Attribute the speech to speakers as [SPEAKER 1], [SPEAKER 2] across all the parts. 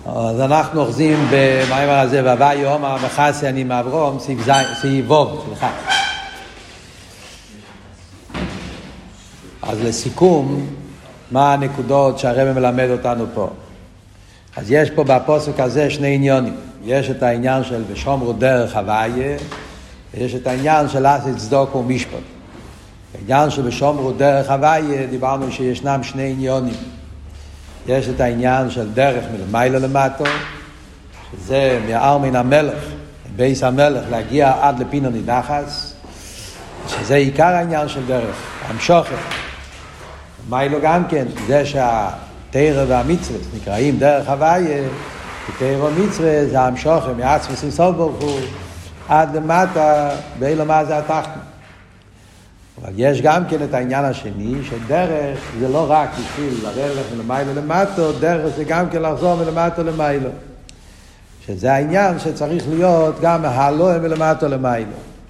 [SPEAKER 1] אז אנחנו אוחזים במאמר הזה, והווה יום המחסי אני מאברום, סעיף ווב, סליחה. אז לסיכום, מה הנקודות שהרב מלמד אותנו פה? אז יש פה בפוסק הזה שני עניונים. יש את העניין של ושומרו דרך הוויה, ויש את העניין של עשית צדוק ומשפט. העניין של ושומרו דרך הוויה, דיברנו שישנם שני עניונים. יש את העניין של דרך מלמעלה למטה, שזה מהארמין המלך, בייס המלך, להגיע עד לפינו נידחס, שזה עיקר העניין של דרך, המשוכת. מיילו גם כן, זה שהתורה והמצווה נקראים דרך הוויה, תורה ומצווה זה המשוכת, מעצמי סוף ברוך הוא, עד למטה, באילמה זה התחתון. אבל יש גם כן את העניין השני, שדרך זה לא רק בשביל לרדת מלמעלה למטה, דרך זה גם כן לחזור מלמטה למעלה. שזה העניין שצריך להיות גם מהלואה מלמטה למעלה.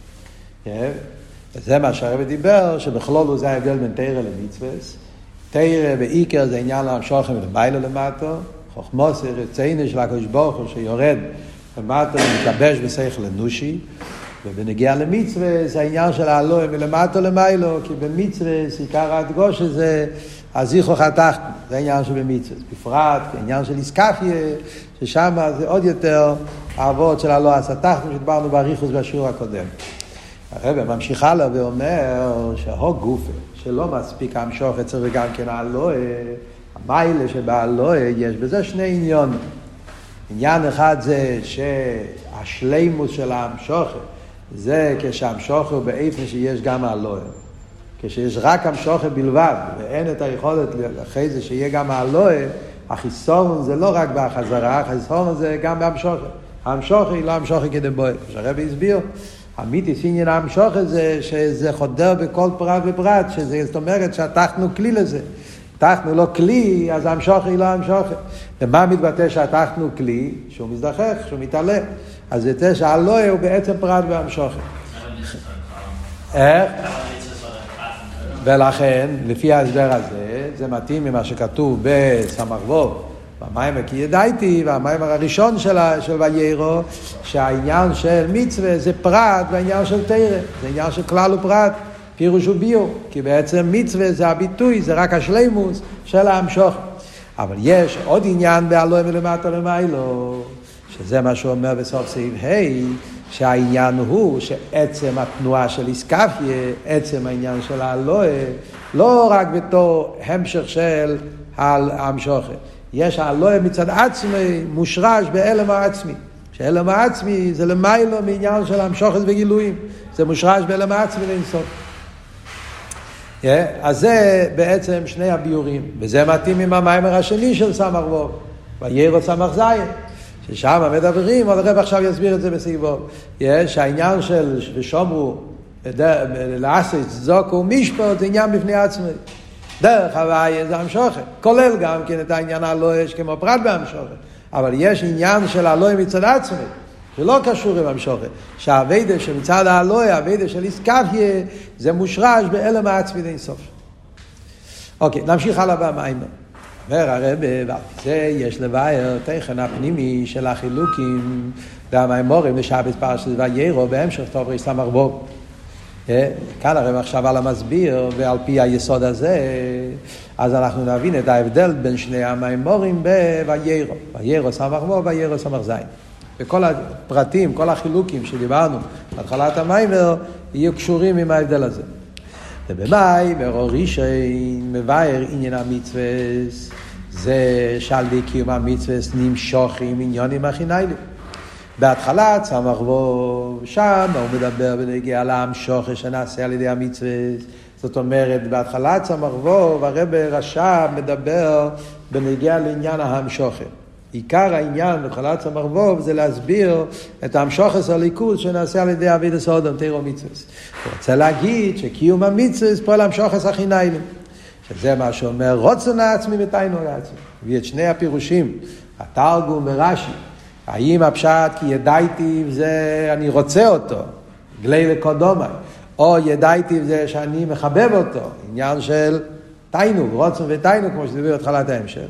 [SPEAKER 1] וזה מה שהרב דיבר, שבכלול זה ההבדל בין תורה למצווה. תורה בעיקר זה עניין להמשוך מלמעלה למטה, חוכמוס רצינו של הקדוש ברוך הוא שיורד למטה ומתלבש בשכל אנושי, ובנגיע למצווה זה העניין של העלוה מלמטה למיילו, כי במצווה עיקר ההדגוש הזה הזיכרוך התחתון, זה העניין שבמצווה, בפרט העניין של איסקפיה, ששם זה עוד יותר העבוד של העלוה התחתון שדברנו באריכוס בשיעור הקודם. הרב ממשיך הלאה ואומר שההוג גופה שלא מספיק המשוך צריך גם כן העלוה, המיילה שבעלוה יש בזה שני עניונים. עניין אחד זה שהשלימוס של המשוכת זה כשהמשוכת הוא באיפן שיש גם העלוה. כשיש רק המשוכת בלבד ואין את היכולת אחרי זה שיהיה גם העלוה, החיסרון זה לא רק בחזרה, החיסרון זה גם בהמשוכת. המשוכת היא לא המשוכת כדבוי. כשהרבי הסביר, אמיתי עניין המשוכת זה שזה חודר בכל פרט ופרט, זאת אומרת שהתחתנו כלי לזה. תחתנו לא כלי, אז המשוכת היא לא המשוכת. ומה מתבטא שהתחתנו כלי? שהוא מזדחך, שהוא מתעלה. אז זה שהלואה הוא בעצם פרט בהמשוכת. איך? ולכן, לפי ההסבר הזה, זה מתאים ממה שכתוב בסמ"ך ווב, במיימר כי ידעתי, והמיימר הראשון של ויירו, שהעניין של מצווה זה פרט והעניין של תורה. זה עניין של כלל ופרט. פירוש וביור, כי בעצם מצווה זה הביטוי, זה רק השלימוס של ההמשוך. אבל יש עוד עניין בהלואה מלמטה למיילו, שזה מה שהוא אומר בסוף סעיף ה', שהעניין הוא שעצם התנועה של איסקפיה, עצם העניין של ההלואה, לא רק בתור המשך של ההמשוך. יש ההלואה מצד עצמי מושרש באלם העצמי. שאלם העצמי זה למיילו מעניין של ההמשוך וגילויים. זה מושרש באלם העצמי לאינסוף. אז זה בעצם שני הביורים, וזה מתאים עם המיימר השני של סמ"ך ווב, ויירו סמ"ך זין, ששם מדברים, אבל הרב עכשיו יסביר את זה בסביבו. יש העניין של ושומרו לעשית צדוק ומשפט, זה עניין בפני עצמי. דרך הוויה זה המשוכת, כולל גם כן את העניין הלואה כמו פרט בהמשוכת, אבל יש עניין של הלואה מצד עצמי, שלא קשור עם המשוכת, שהעבודה שמצד העלוה, העבודה של איסקפיה, זה מושרש באלם העצמי לאינסוף. אוקיי, נמשיך הלאה במיימר. אומר הרב, זה יש לבאר תכן הפנימי של החילוקים והמיימורים לשבת פרשת ויירו בהמשך תורה סמ"ך ווב. כאן הרב עכשיו על המסביר, ועל פי היסוד הזה, אז אנחנו נבין את ההבדל בין שני המיימורים בוויירו. ויירו סמ"ך ווב, ויירו סמ"ך זין. וכל הפרטים, כל החילוקים שדיברנו בהתחלת המיימר, יהיו קשורים עם ההבדל הזה. ובמיימר הראשון מבאר עניין המצווה, זה שעל ידי קיום המצווה נמשכים עניונים החינאיים. בהתחלת סמ"ך ווב, שם הוא מדבר בנגיע להמשוך שנעשה על ידי המצווה. זאת אומרת, בהתחלת סמ"ך ווב, הרב רש"ב מדבר בנגיע לעניין ההמשוכת. עיקר העניין בתחילת סמ"ך ווב זה להסביר את המשוכת הליכוז שנעשה על ידי עבודת סודום תורה ומצווה. הוא רוצה להגיד שקיום המצווה פועל המשוכת החינאיים, שזה מה שאומר רצון העצמי ותיינוג העצמי. הביא את שני הפירושים, התרגום ורש"י. האם הפשט כי ידעתי זה אני רוצה אותו, גלי לקודומי, או ידעתי זה שאני מחבב אותו, עניין של תיינוג, רצון ותיינוג כמו שדיבר התחלת ההמשך.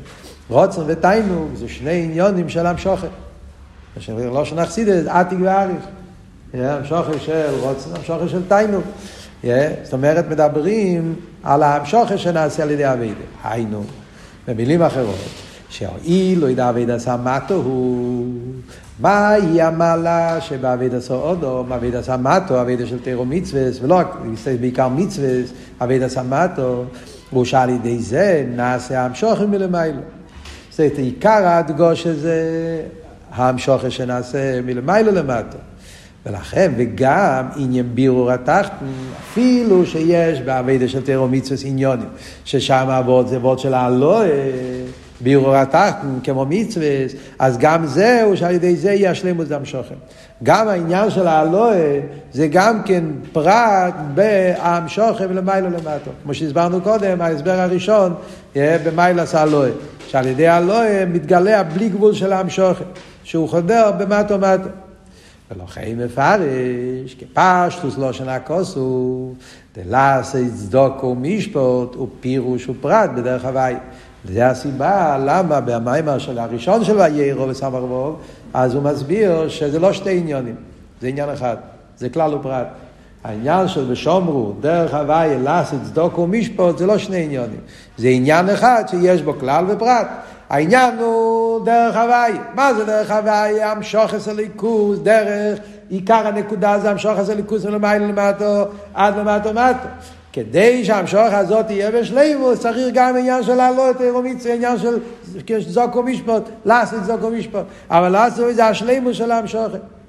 [SPEAKER 1] רוצן ותיינוג זה שני עניונים של המשוכן. לא שנחסיד, עתיק ואריך. המשוכן של רוצן, המשוכן של תיינוג. זאת אומרת, מדברים על המשוכן שנעשה על ידי עבודה. היינו, במילים אחרות, שהאילו ידע עבודה סמטו הוא, מהי המעלה שבעבודה סעודו, עבודה סמטו, עבודה של תירו מצווס, ולא רק, בעיקר מצווס, עבודה סמטו, הוא שעל ידי זה נעשה המשוכן מלמיילו. זאת עיקר ההדגוש הזה, המשוכן שנעשה מלמיילו למטו. ולכן, וגם עניין בירור התחתן, אפילו שיש בעבודה של תירו מצווס עניונים, ששם העבוד זה עבוד של האלוה, בירור התחתן כמו מצווס, אז גם זהו שעל ידי זה יהיה השלמות המשוכן. גם העניין של האלוה זה גם כן פרט בהמשוכן ולמיילו למטו. כמו שהסברנו קודם, ההסבר הראשון במיילס האלוה, שעל ידי האלוה מתגלה בלי גבול של המשוכן, שהוא חודר במטו מטו. ולכן מפרש, כפשטוס לא שנה כוסו, דלעשה צדוק ומשפט ופירוש ופרט בדרך הוואי. זה הסיבה למה במאמר של הראשון של ויירו בסמ"ך וו, אז הוא מסביר שזה לא שתי עניונים, זה עניין אחד, זה כלל ופרט. העניין של בשומרו, דרך הוואי, לעשה צדוק ומשפט, זה לא שני עניונים. זה עניין אחד שיש בו כלל ופרט. העניין הוא דרך הוואי. מה זה דרך הוואי? המשוחס הליכוס, דרך עיקר הנקודה זה המשוחס הליכוס מלמיילו למטו, עד למטו מטו. כדי שהמשוח הזאת תהיה בשלימות, צריך גם עניין של העלות אירומיציה, עניין של זוק ומשפט, לעשות זוק ומשפט. אבל לעשות זה השלימות של המשוח.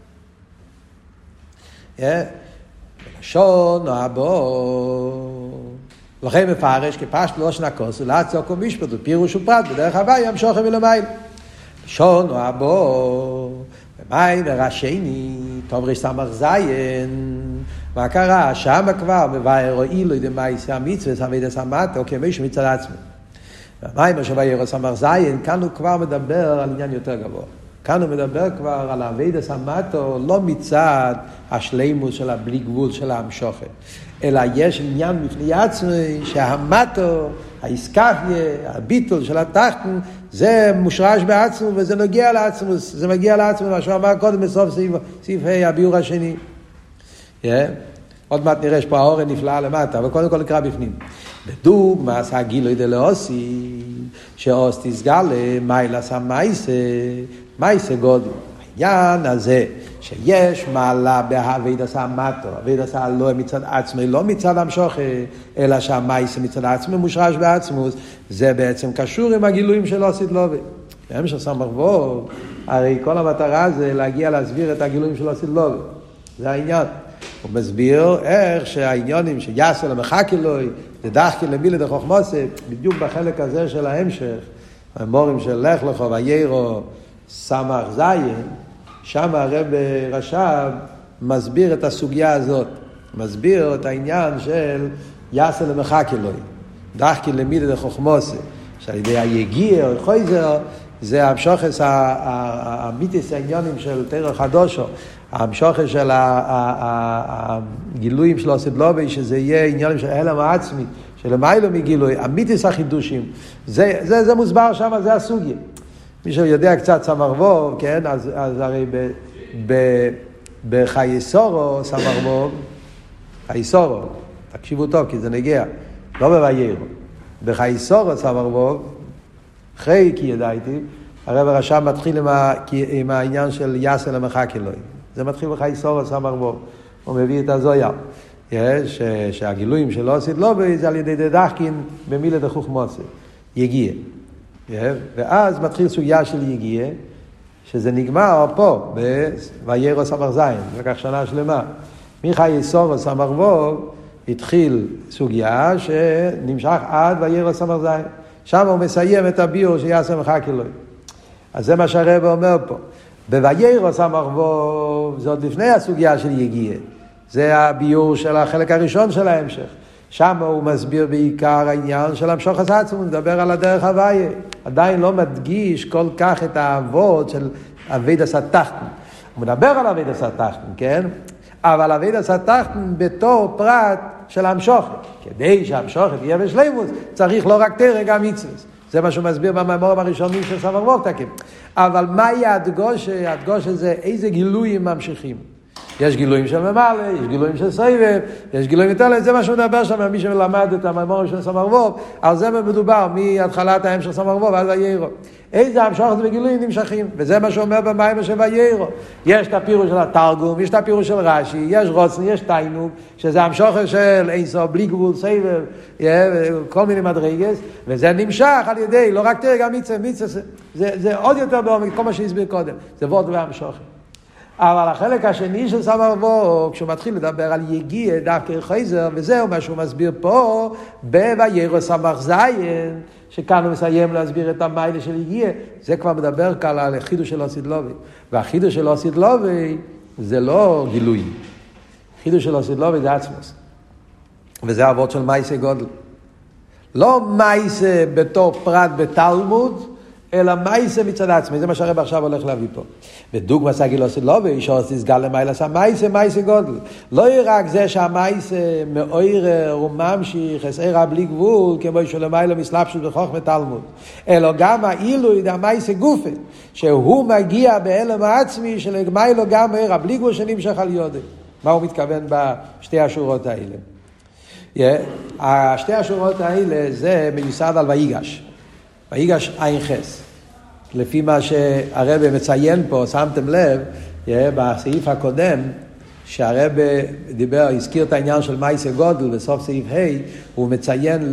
[SPEAKER 1] בלשון הבא, לכן מפרש כפשט לא שנה כוסו, לעשות זוק ומשפט, ופירוש ופרט, בדרך הוואי המשוח מלמיילו. בלשון הבא, במאמר השני, טוב רס"ז, מה קרה? שם כבר מבאר אילו דמייסה המצווה עבודה סמטו כמישהו מצד עצמו. במאמר שבאר ס"ז, כאן הוא כבר מדבר על עניין יותר גבוה. כאן הוא מדבר כבר על עבודה סמטו לא מצד השלימות של הבלי גבול של המשוכן, אלא יש עניין בפני עצמי שהמטו, האיסקפיה, הביטול של התחתן, זה מושרש בעצמו וזה נוגע לעצמו, זה מגיע לעצמו, מה שהוא אמר קודם בסוף סעיף ה' הביאור השני. עוד מעט נראה שפה האור נפלא למטה, אבל קודם כל נקרא בפנים. בדוגמה עשה גילוי דלאוסי, שאוס תסגל מיילס המייסה גודל. העניין הזה שיש מעלה בעבודה סמטו, עבודה סמטו לא מצד עצמו, לא מצד המשוכן, אלא שהמייסה מצד עצמו מושרש בעצמו, זה בעצם קשור עם הגילויים של אוסית לובי. בהמשך סמ"ך וו, הרי כל המטרה זה להגיע להסביר את הגילויים של אוסית לובי. זה העניין. הוא מסביר איך שהעניונים שיעשה למחק אלוהי, לדחקי למילה דחוכמוסה, בדיוק בחלק הזה של ההמשך, המורים של לך לך ויירו ס"ז, שם הרב רש"ב מסביר את הסוגיה הזאת, מסביר את העניין של יעשה למחק אלוהי, דחקי למילה דחוכמוסה, שעל ידי היגיע או חויזר, זה המשוחס המיתיס העניונים של תורה חדושו, המשוחס של הגילויים של הסבלובי, שזה יהיה עניונים של הלם העצמי, שלמיילו מגילוי, המיתיס החידושים, זה מוסבר שם, זה הסוגיה. מי שיודע קצת סמ"ך וו, כן, אז הרי בחייסורו סמ"ך וו, חייסורו, תקשיבו טוב כי זה נגיע, לא בוויירו, בחייסורו סמ"ך וו, אחרי כי ידעתי, הרב הרש"ב מתחיל עם העניין של יעשה למחק אלוהי. זה מתחיל בחייסורו סמ"ך וו, הוא מביא את הזויה, שהגילויים שלו עשית לא זה על ידי דחקין במילה דחוכמוסה, יגיע. ואז מתחיל סוגיה של יגיע, שזה נגמר פה, בויירו ס"ז, לקח שנה שלמה. מחייסורו סמ"ך וו התחיל סוגיה שנמשך עד ויירו ס"ז. שם הוא מסיים את הביור שיעשה מחק אלוהי. אז זה מה שהרב אומר פה. בויירו ס"ך וו, זה עוד לפני הסוגיה של יגיע. זה הביור של החלק הראשון של ההמשך. שם הוא מסביר בעיקר העניין של המשוחס עצמו, הוא מדבר על הדרך הוויה. עדיין לא מדגיש כל כך את האבות של עבודת התחתן. הוא מדבר על עבודת התחתן, כן? אבל עבודת התחתן בתור פרט של המשוחס. כדי שהמשוחס יהיה בשלימות, צריך לא רק תורה, גם מצוות. זה מה שהוא מסביר במאמרים הראשונים של סמ"ך ווב תקים. אבל מהי הדגושה? הדגושה זה איזה גילויים ממשיכים. יש גילויים של ממלא, יש גילויים של סבב, יש גילויים יותר, זה מה שהוא מדבר שם, מי שמלמד את המאמרים של סמ"ך ווב, על זה מדובר, מהתחלת ההם של סמ"ך ווב ועד ויירו. איזה המשוך בגילויים נמשכים, וזה מה שאומר במאמר של ויירו. יש את הפירוש של התרגום, יש את הפירוש של רש"י, יש רוצן, יש תיינוג, שזה המשוך של אינסוף, בלי גבול, סבב, כל מיני מדרגות, וזה נמשך על ידי, לא רק תראה, גם מיצה, זה עוד יותר בעומק, כל מה שהסביר קודם, זה וורט והמשוך. אבל החלק השני של סמ"ך ווב, כשהוא מתחיל לדבר על יגיע דווקא חייזר, וזהו מה שהוא מסביר פה, בויירו סמ"ך זין, שכאן הוא מסיים להסביר את המיילה של יגיע, זה כבר מדבר כאן על חידוש של אוסידלובי. והחידוש של אוסידלובי זה לא גילוי. חידוש של אוסידלובי זה עצמוס. וזה אבות של מייסה גודל. לא מייסה בתור פרט בתלמוד, אלא מייסה מצד עצמי, זה מה שהרב עכשיו הולך להביא פה. בדוגמה סגי לא סדלובי, שאורס תסגל למיילה, מייסה גודל. לא רק זה שהמייסה מאוירר וממשיך, הסערה בלי גבול, כמו שלמיילה מסלבשות בחוכמת תלמוד. אלא גם האילוי, המייסה גופה, שהוא מגיע בהלם העצמי, שלמיילו גם מאוירר בלי גבול שנמשך על יודי. מה הוא מתכוון בשתי השורות האלה? שתי השורות האלה זה מיוסד על ויגש. ויגש עין חס. לפי מה שהרבא מציין פה, שמתם לב, בסעיף הקודם, שהרבא דיבר, הזכיר את העניין של מייסה גודל, בסוף סעיף ה', הוא מציין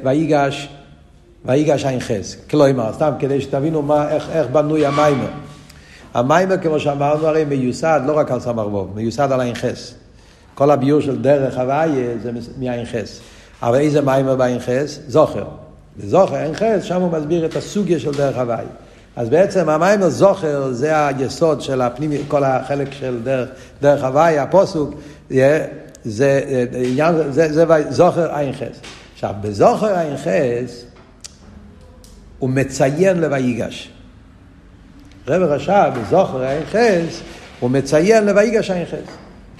[SPEAKER 1] ויגש עין חס. כלומר, סתם כדי שתבינו איך בנוי המיימר. המיימר, כמו שאמרנו, הרי מיוסד לא רק על סמ"ך ווב, מיוסד על עין חס. כל הביור של דרך הוויה זה מעין חס. אבל איזה מיימר בעין חס? זוכר. בזוכר, עין חס, שם הוא מסביר את הסוגיה של דרך הוואי. אז בעצם המיימר זוכר זה היסוד של הפנים, כל החלק של דרך הוואי, הפוסוק, זה זוכר עין חס. עכשיו, בזוכר עין חס, הוא מציין לויגש. רב רש"ב, בזוכר עין חס, הוא מציין לויגש עין חס.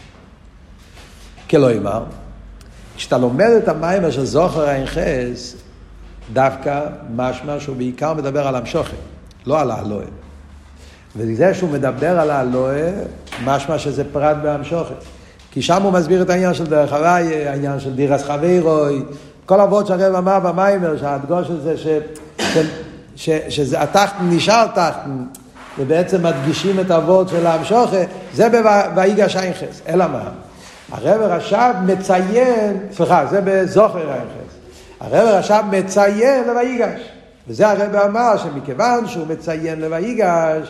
[SPEAKER 1] כלומר, כשאתה לומד את המיימר של זוכר עין חס, דווקא משמע שהוא בעיקר מדבר על המשוכן, לא על האלוה. וזה שהוא מדבר על האלוה, משמע שזה פרט בהמשוכן. כי שם הוא מסביר את העניין של דרך הוואי, העניין של דירס חברוי, כל אבות שהרב אמר במיימר, שההדגוש הזה שזה התחתן נשאר תחתן, ובעצם מדגישים את אבות של המשוכן, זה בויגש עין חס. אלא מה? הרב רש"ב מציין, זה בזוכר עין חס. הרב רש"ב מציין לויגש. וזה הרב אמר שמכיוון שהוא מציין לויגש,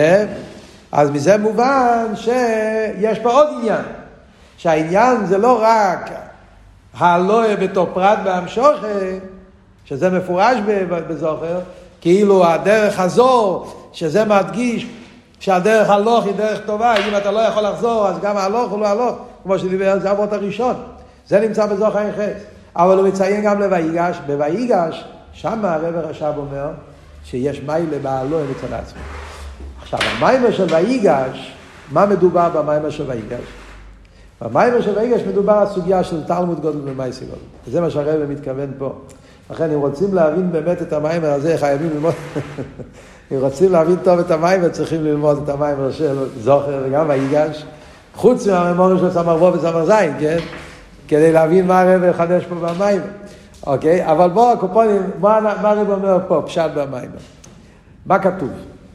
[SPEAKER 1] אז מזה מובן שיש פה עוד עניין. שהעניין זה לא רק האלוה בתור פרט בהמשוכן, שזה מפורש בזוכר, כאילו הדרך הזו, שזה מדגיש שהדרך הלוך היא דרך טובה, אם אתה לא יכול לחזור, אז גם הלוך הוא לא הלוך, כמו שדיבר על זה אבות הראשון. זה נמצא בזוכר עין חס. אבל הוא מציין גם לויגש. בויגש, שם הרב רש"ב אומר שיש מיילה באלוה מצד עצמו. עכשיו, המיימר של ויגש, מה מדובר במיימר של ויגש? במיימר של ויגש מדובר על סוגיה של תלמוד גודל ומייסה גודל. וזה מה שהרב מתכוון פה. לכן, אם רוצים להבין באמת את המיימר הזה, חייבים ללמוד. אם רוצים להבין טוב את המיימר, צריכים ללמוד את המיימר של זוכר וגם ויגש. חוץ מהמיימר של סמ"ך ווב וסמ"ך זין, כן? כדי להבין מה הרב יחדש פה במיימר. אוקיי? אבל בואו, הקופונים, מה הרב אומר פה? פשט במיימר. מה כתוב?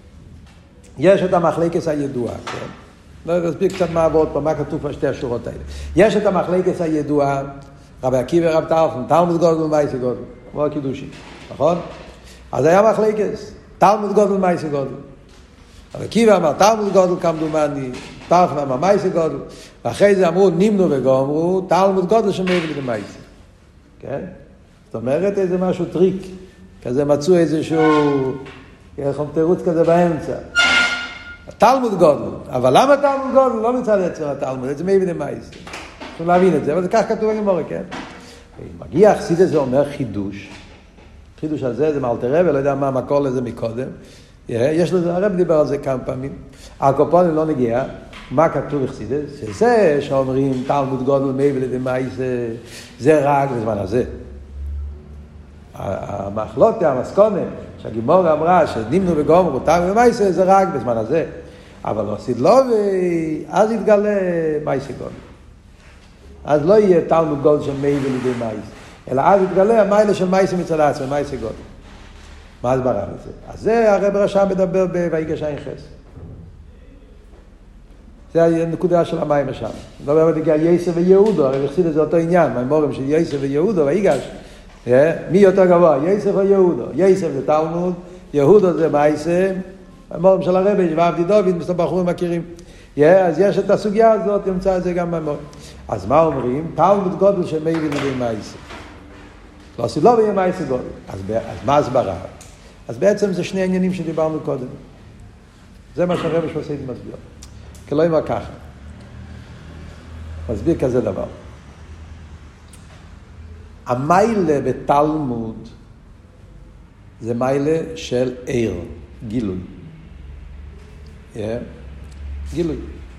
[SPEAKER 1] יש את המחלקת הידועה, כן? לא נסביר קצת מה עבוד פה, מה כתוב בשתי השורות האלה. יש את המחלקת הידועה, רבי עקיבא ורב טרפון, תלמוד גודל ומייסה גודל, כמו הקידושי, נכון? אז היה מחלקת, תלמוד גודל ומייסה גודל. רבי עקיבא אמר, תלמוד גודל כמדומני, טרפון אמר מייסה גודל, ואחרי זה אמרו, נמנו וגומרו, תלמוד גודל שמעבר למייסה. כן? זאת אומרת, איזה משהו טריק, כזה מצאו איזשהו, איך תירוץ כזה באמצע. התלמוד גודל, אבל למה תלמוד גודל? לא מצד עצם התלמוד, זה מעבר למייסה. צריכים להבין את זה, אבל זה כך כתוב בגמרא, כן? מגיע חסידות זה אומר חידוש. חידוש הזה זה מאלתר רבי, לא יודע מה המקור לזה מקודם. יש לזה, הרב דיבר על זה כמה פעמים. הקופונים לא נגיע. מה כתוב בחסידות? שזה שאומרים תלמוד גודל מעבר למייסה, זה רק בזמן הזה. המחלוטה, המסקונה, שהגימור אמרה שנימנו וגומר אותם ומייסה, זה רק בזמן הזה. אבל לא סדלובי, אז יתגלה מייסה גודל. אז לא יהיה תלמוד גודל של מי ולידי מייס, אלא אז יתגלה המיילה של מייסה מצד עצמם, מייסה גודל. מה הסברה בזה? אז זה הרב רש"ם מדבר בויגש עין חס. זה הנקודה של המים שם. מדבר בדגל יסף ויהודו, הרי החסיד את זה אותו עניין, מהמורים של יסף ויהודו, ויגש. מי יותר גבוה, יסף או יהודו? יסף זה תלמוד, יהודו זה מייסה, המורים של הרבי, ועבדי דוד, מסתבר בחורים מכירים. אז יש את הסוגיה הזאת, ימצא את זה גם מהמורים. אז מה אומרים? תלמוד גודל של מי ולידי מייסה. לא עשית לא ויהיה מייסה גודל. אז מה הסברה? אז בעצם זה שני עניינים שדיברנו קודם. זה מה שהרבי שמסעיד מסביר. כלא אמר ככה. מסביר כזה דבר. המיילה בתלמוד זה מיילה של עיר, גילוי. גילוי.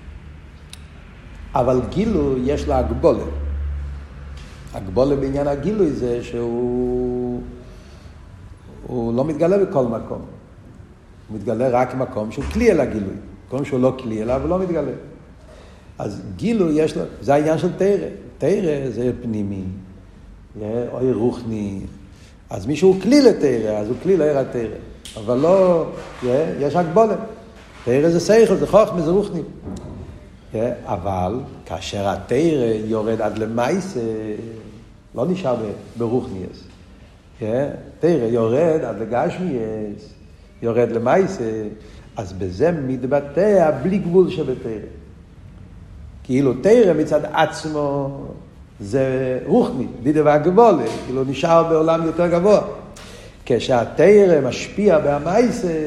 [SPEAKER 1] אבל גילוי יש לה הגבולה. הגבולה בעניין הגילוי זה שהוא לא מתגלה בכל מקום. הוא מתגלה רק במקום שהוא כלי אל הגילוי. מקום שהוא לא כלי אליו, הוא לא מתגלה. אז גילוי יש לו, זה העניין של תרא. תרא זה פנימי, או רוחני. אז מישהו כלי לתרא, אז הוא כלי לעיר התרא. אבל לא, יש הגבולה. תרא זה שכל, זה חוכמה, זה רוחני. אבל כאשר התרא יורד עד למייסה, לא נשאר ברוחניאס. תרא יורד עד לגשמיאס, יורד למייסה, אז בזה מתבטא בלי גבול שבתרא. כאילו תרא מצד עצמו זה רוחני, בידי והגבולה, כאילו נשאר בעולם יותר גבוה. כשהתרא משפיע בהמייסה,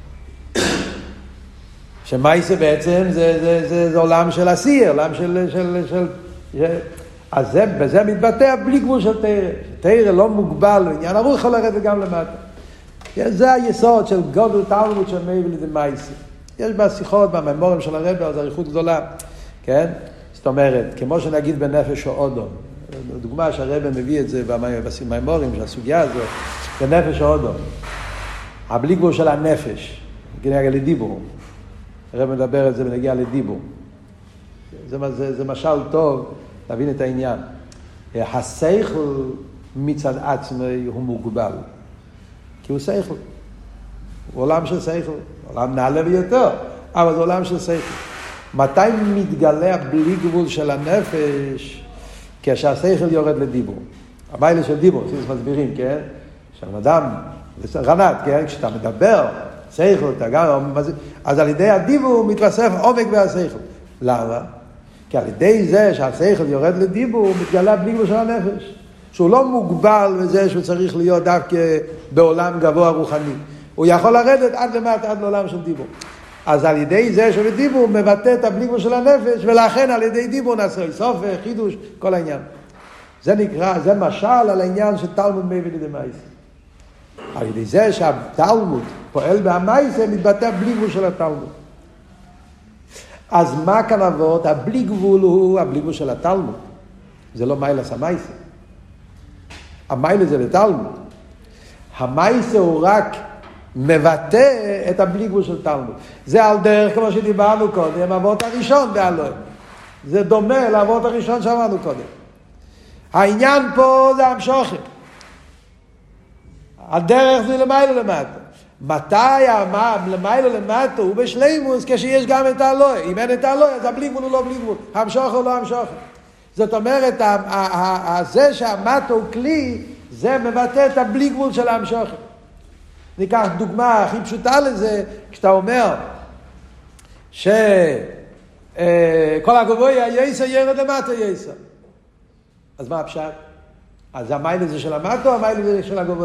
[SPEAKER 1] שמייסה בעצם זה עולם של עשיר, עולם אז בזה מתבטא בלי גבול של תרא. תרא לא מוגבל, עניין הרוח יכול לרדת גם למטה. זה היסוד של גודל תלמוד של מי ולידי מייסה. יש בשיחות, בממורים של הרבי, אז אריכות גדולה. כן? זאת אומרת, כמו שנגיד בנפש או אודום. דוגמה שהרבי מביא את זה בממורים של הסוגיה הזאת, בנפש או אודום. הבלי גבול של הנפש, נגיע לדיבור. הרבי מדבר את זה ונגיע לדיבור. זה משל טוב להבין את העניין. השכל מצד עצמו הוא מוגבל. כי הוא שכל. הוא עולם של שכל. עולם נעלה ביותר, אבל זה עולם של שכל. מתי מתגלה בלי גבול של הנפש? כשהשכל יורד לדיבור. המיילה של דיבור, מסבירים, כן? כשאדם, רנת, כן? כשאתה מדבר, שכל, אתה גם, אז על ידי הדיבור מתווסף עומק בהשכל. למה? כי על ידי זה שהשכל יורד לדיבור, הוא מתגלה בלי גבול של הנפש. שהוא לא מוגבל בזה שהוא צריך להיות דווקא בעולם גבוה רוחני. הוא יכול לרדת עד למטה, עד לעולם של דיבור. אז על ידי זה שבדיבור הוא מבטא את הבלי גבול של הנפש, ולכן על ידי דיבור נעשה סוף, חידוש, כל העניין. זה נקרא, זה משל על העניין של תלמוד מי ולידי מייסה. על ידי זה שהתלמוד פועל בהמייסה, מתבטא בלי גבול של התלמוד. אז מה כאן עבוד? הבלי גבול הוא הבלי גבול של התלמוד. זה לא מיילס המייסה. המיילס זה לתלמוד. המייסה הוא רק מבטא את הבלי גבול של תלמוד. זה על דרך, כמו שדיברנו קודם, אבות הראשון באלוהים. זה דומה לאבות הראשון שאמרנו קודם. העניין פה זה המשוכן. הדרך זה למעלה למטה. מתי למעלה למטה הוא בשלימוס כשיש גם את האלוהי. אם אין את האלוהי אז הבלי גבול הוא לא בלי גבול. המשוכן הוא לא המשוכן. זאת אומרת, זה שהמטה הוא כלי, זה מבטא את הבלי גבול של המשוכן. ניקח דוגמה הכי פשוטה לזה, כשאתה אומר שכל הגבוה יסע ירד למטה יסע. אז מה הפשט? אז המייל הזה של המטה או המייל הזה של הגבוה?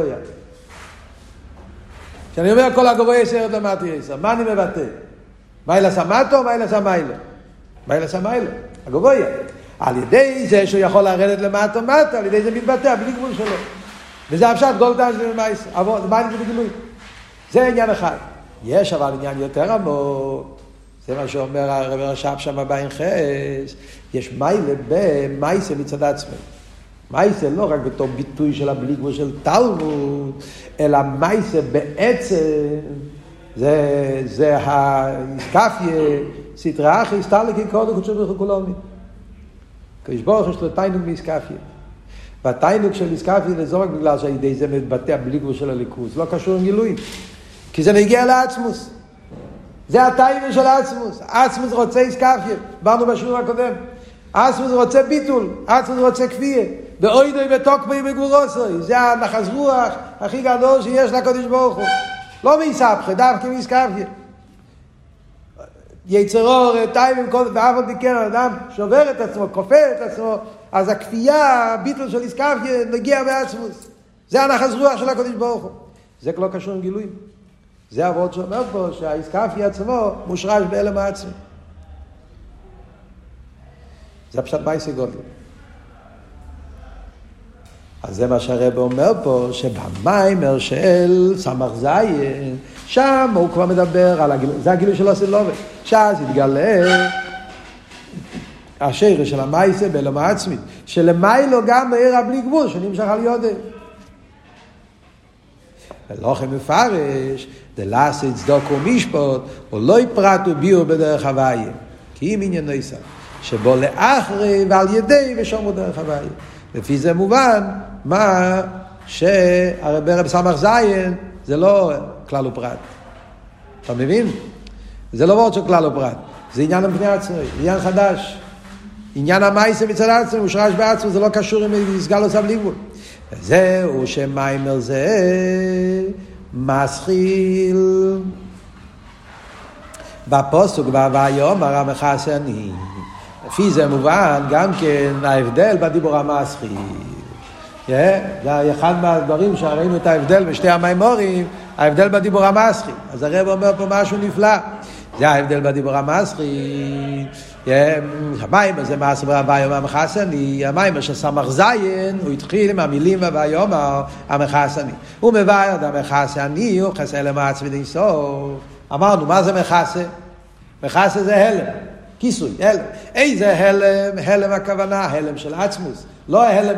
[SPEAKER 1] כשאני אומר כל הגבוה יסע ירד למטה יסע, מה אני מבטא? מייל עשה מטה או מייל עשה מייל? מייל עשה מייל, הגבוה. על ידי זה שהוא יכול לרדת למטה מטה, על ידי זה מתבטא בלי גבול שלו. וזה הפשט גולדן של מייס, אבל מה אני בגילוי? זה עניין אחד. יש אבל עניין יותר עמוק, זה מה שאומר הרב רש"ב שם בעין חס, יש מיילה במייסה מצד עצמם. מייסה לא רק בתור ביטוי של הבלי גבול של תלמוד, אלא מייסה בעצם זה האיסקפיה, סתרא אחי הסתלקי קודם קודשו ברוך הוא כולומי. קדוש ברוך יש לו תיינוג מאיסקפיה. והתיינוג של איסקפיה זה רק בגלל שהידי זה מתבטא הבלי גבול של הליכוז. לא קשור עם גילויים. כי זה נגיע לעצמוס. זה התיינוג של העצמוס. העצמוס רוצה איסקפיה. דיברנו בשיעור הקודם. העצמוס רוצה ביטול. העצמוס רוצה כפייה. באוידוי בתוקפי בגבורוסוי. זה הנחס רוח הכי גדול שיש לקדוש ברוך הוא. לא מאיסבכה, דווקא מאיסקפיה. יצרור, טייבים, ואף עוד מכן, האדם שובר את עצמו, כופה את עצמו, אז הכפייה, הביטול של איסקפיה, נגיע בעצמוס. זה הנחס רוח של הקדוש ברוך הוא. זה לא קשור עם גילויים. זה העבוד שאומר פה, שהאיסקפיה עצמו מושרש בהלם העצמי. זה פשט מייסי גודל. אז זה מה שהרב אומר פה, שבמיימר של סמך זיין, שם הוא כבר מדבר על הגילוי, זה הגילוי של הסילובת. שאז יתגלה השרש של המייסה בהלם העצמי, שלמיילו גם מאיר הבלי גבול, שנמשך על יודי. ולכן מפרש, דלעשה צדוק ומשפט, או לא יפרטו ביור בדרך הוויה, כי אם עניין ניסה, שבו לאחרי ועל ידי ושומרו דרך הוויה. לפי זה מובן, מה שהרב סמך זיין, זה לא כלל ופרט. אתה מבין? זה לא וורט של כלל ופרט. זה עניין המפני עצמי, עניין חדש. עניין המייסה מצד עצמי, הוא שרש בעצמי, זה לא קשור עם סגל עושה בלי גבול. וזהו שמיימר זה מסחיל. בפוסוק והיומר המכסה אני. לפי זה מובן גם כן ההבדל בדיבור המסחיל. זה אחד מהדברים שראינו את ההבדל בשתי המיימורים, ההבדל בדיבור המסחיל. אז הרב אומר פה משהו נפלא. זה ההבדל בדיבור המסחיל. המיימר זה מעשה והיומר המכסני. המיימר שסמך זיין, הוא התחיל עם המילים והיומר המכסני. הוא מבאר את המכסני, הוא חסה למעצמי ניסוף. אמרנו, מה זה מכסה? מכסה זה הלם. כיסוי, הלם. איזה הלם? הלם הכוונה, הלם של עצמוס. לא הלם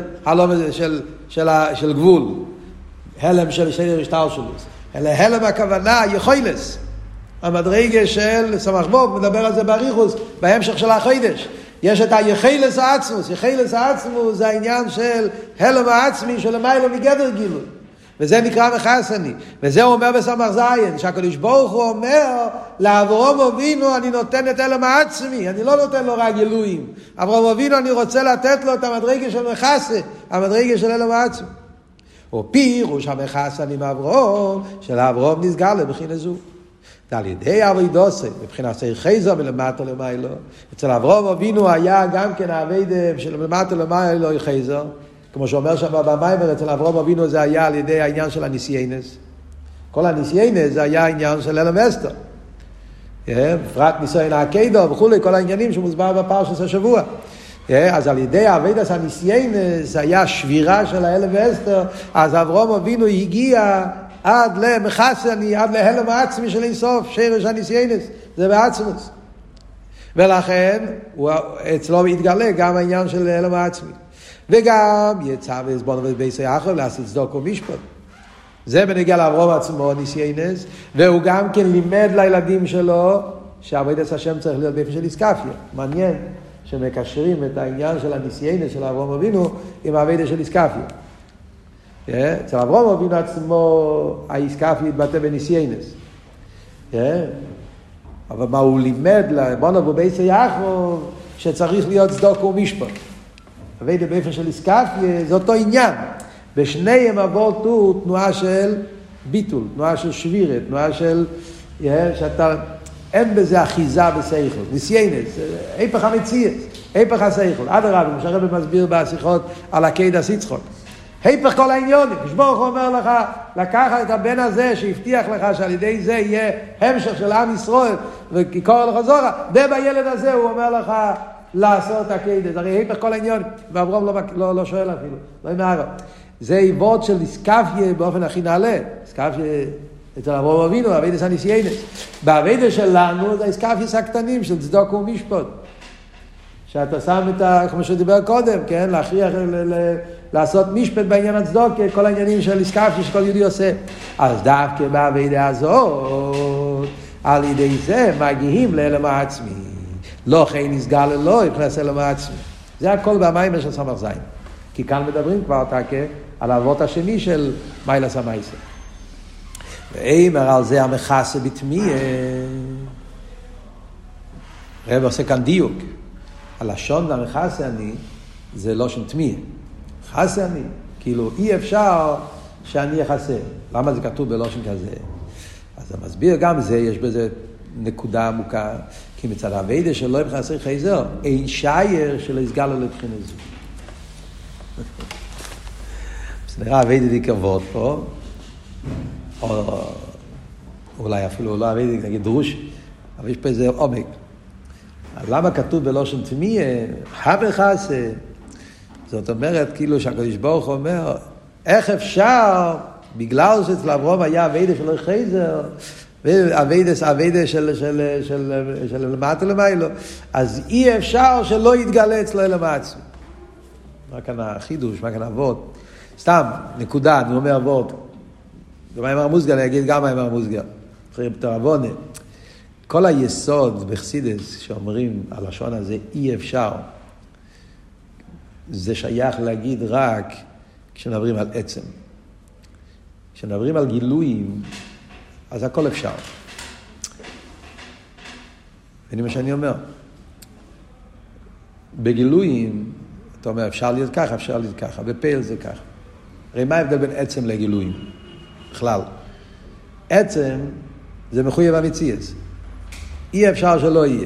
[SPEAKER 1] של גבול. הלם של שדר השתלשלות. אלא הלם הכוונה, יכולס. המדרגה של סמך בוב מדבר על זה באריכוס, בהמשך של החודש. יש את היכולס העצמוס. יכולס העצמוס זה העניין של הלם העצמי של המיילו מגדר גילוי. וזה נקרא מכסני. וזה הוא אומר בסמך זיין, שהקדוש ברוך הוא אומר, לאברהם אבינו אני נותן את הלם העצמי, אני לא נותן לו רק גילויים. אברהם אבינו אני רוצה לתת לו את המדרגה של מכסה, המדרגה של הלם העצמי. ופירוש המכסני מאברהם, של אברהם נסגר לבחינה זו. על ידי עבודתו, מבחינת חייזו מלמטה למיילו. אצל אברהם אבינו היה גם כן העבודה של מלמטה למיילו חייזו. כמו שאומר שם במיימר, אצל אברהם אבינו זה היה על ידי העניין של הניסיינס. כל הניסיינס זה היה העניין של אלם אסתר. בפרט ניסיון העקדו וכו', כל העניינים שמוסבר בפרשת השבוע. אז על ידי העבודת הניסיינס היה שבירה של האלם אסתר, אז אברהם אבינו הגיע עד למכסני, עד להלם העצמי של אינסוף, שרש הניסיינס, זה בעצמוס. ולכן אצלו התגלה גם העניין של ההלם העצמי. וגם יצא והסבונו ובייסי אחר לעשות צדוק ומשפט. זה בנגיע לאברהם עצמו ניסיינס, והוא גם כן לימד לילדים שלו שעבודת השם צריך להיות באופן של איסקפיה. מעניין שמקשרים את העניין של הניסיינס של אברהם אבינו עם העבודה של איסקפיה. אצל אברהם אבינו עצמו האיסקפיה התבטא בניסיינס. אבל מה הוא לימד לבונו ובייסי אחר שצריך להיות צדוק ומשפט. עבודה באופן של איסקפיה זה אותו עניין. בשניהם עבודתו תנועה של ביטול, תנועה של שבירה, תנועה של שאתה אין בזה אחיזה בסייכל, ניסיינס, היפך המציאות, היפך הסייכל. עד הרב, כמו שהרב מסביר בשיחות על הקדש יצחק. היפך כל העניונים, כשברוך הוא אומר לך, לקחת את הבן הזה שהבטיח לך שעל ידי זה יהיה המשך של עם ישראל וכיקור לך זורה, ובילד הזה הוא אומר לך לעשות הקדש, הרי היפך כל העניונים, ואברהם לא שואל אפילו, לא ימהר. זה עיבוד של איסקפיה באופן הכי נעלה, איסקפיה אצל אברהם אבינו, עבודת הניסיינס. בעבודה שלנו זה איסקפיה הקטנים של צדוק ומשפט. שאתה שם כמו שדיבר קודם, כן? להכריח, לעשות משפט בעניין הצדוק, כל העניינים של איסקפי שכל יהודי עושה. אז דווקא בעבודה הזאת, על ידי זה מגיעים לאלם העצמי. לא כן נסגר ללא, יכנס אלם העצמי. זה הכל במיימר של סמ"ך זין. כי כאן מדברים כבר על האבות השני של מיילס המייסר. ואימר על זה המכסה בתמיה. רב עושה כאן דיוק. הלשון המכסה אני, זה לא שם תמיה. מכסה אני. כאילו אי אפשר שאני יחסה. למה זה כתוב בלושן כזה? אז המסביר גם זה, יש בזה נקודה עמוקה, כי מצד הווידה שלא יבחסי חייזר, אין שייר שלא יסגל לו לבחינה זו. אז נראה הווידה די כבוד פה, או אולי אפילו לא הווידה, נגיד דרוש, אבל יש פה איזה עומק. אז למה כתוב בלושן תמיה, חסה, זאת אומרת, כאילו שהקדוש ברוך הוא אומר, איך אפשר, בגלל שאצל אברהם היה הווידה שלו חייזר, הווידה של למטה למיילו, אז אי אפשר שלא יתגלה אצלו אלם העצמי. מה כאן החידוש, מה כאן אבות? סתם, נקודה, אני אומר אבות. במאמר המוסגר, אני אגיד גם מאמר המוסגר. אחרי בתרבונה. כל היסוד בחסידס שאומרים על השון הזה, אי אפשר, זה שייך להגיד רק כשנדברים על עצם. כשנדברים על גילויים, אז הכל אפשר. ואני מה שאני אומר. בגילויים, אתה אומר, אפשר להיות ככה, אפשר להיות ככה. בפעיל זה ככה. הרי מה ההבדל בין עצם לגילויים? בכלל. עצם זה מחויב המציאות. אי אפשר שלא יהיה.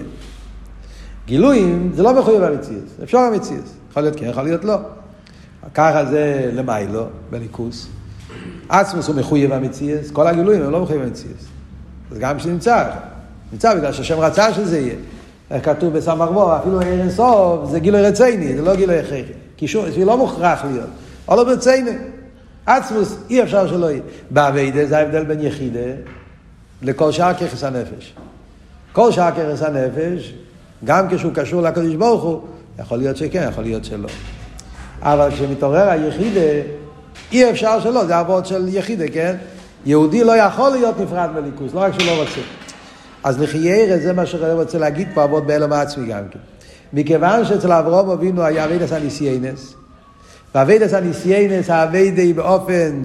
[SPEAKER 1] גילויים זה לא מחויב המציאות. אפשר המציאות. יכול להיות כן, יכול להיות לא. ככה זה למיילו, בליכוס. עצמוס הוא מחויב המציאות. כל הגילויים הם לא מחויב המציאות. אז גם שנמצא. נמצא בגלל שהשם רצה שזה יהיה. איך כתוב בסמ"ך וו, אפילו אין סוף, זה גילוי רציני, זה לא גילוי הכרחי. כי זה לא מוכרח להיות. או לא ברציני. עצמוס אי אפשר שלא יהיה. בעבודה זה ההבדל בין יחידה לכל שאר ככס הנפש. כל שאר ככס הנפש, גם כשהוא קשור לקדוש ברוך הוא, יכול להיות שכן, יכול להיות שלא. אבל כשמתעורר היחידה, אי אפשר שלא, זה עבוד של יחידה, כן? יהודי לא יכול להיות נפרד מליכוס, לא רק שהוא לא רוצה. אז לחיירה זה מה שאני רוצה להגיד פה, עבוד באלם העצמי גם כן. מכיוון שאצל אברהם אבינו היה אבידס הניסיינס, ואבידס הניסיינס, האבידה היא באופן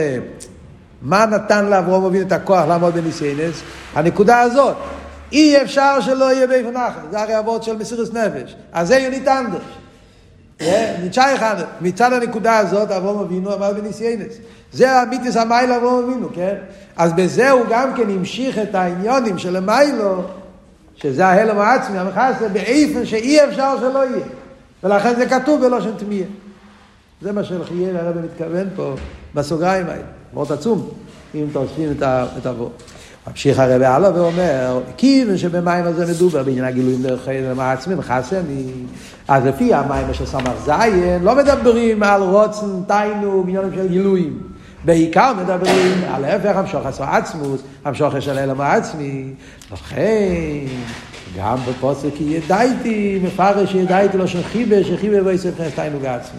[SPEAKER 1] מה נתן לאברהם אבינו את הכוח לעמוד בניסיינס? הנקודה הזאת, אי אפשר שלא יהיה באיפה נחל, זה הרי עבוד של מסירות נפש. אז זה יונית אנדש. מצד הנקודה הזאת, אברהם אבינו עמד בניסיינס. זה המיתוס המיילו אברהם אבינו, כן? אז בזה הוא גם כן המשיך את העניונים של המיילו, שזה ההלם העצמי, המחסה, באיפן שאי אפשר שלא יהיה. ולכן זה כתוב בלושן תמיה. זה מה שלחייר הרב מתכוון פה, בסוגריים האלה. מאוד עצום, אם תוספים את אבות. ממשיך הרב הלאה ואומר, כיוון שבמים הזה מדובר בעניין הגילויים דרך ההלם העצמי, מחסני, אז לפי המים של סמ"ך זין, לא מדברים על רוצן, תיינוג, עניינים של גילויים. בעיקר מדברים על ההפך, המשוך עשו עצמוס, המשוך של ההלם העצמי. לכן, גם בפוסק ידעתי, מפרש ידעתי לו שחיבה ויסף תיינוג העצמי.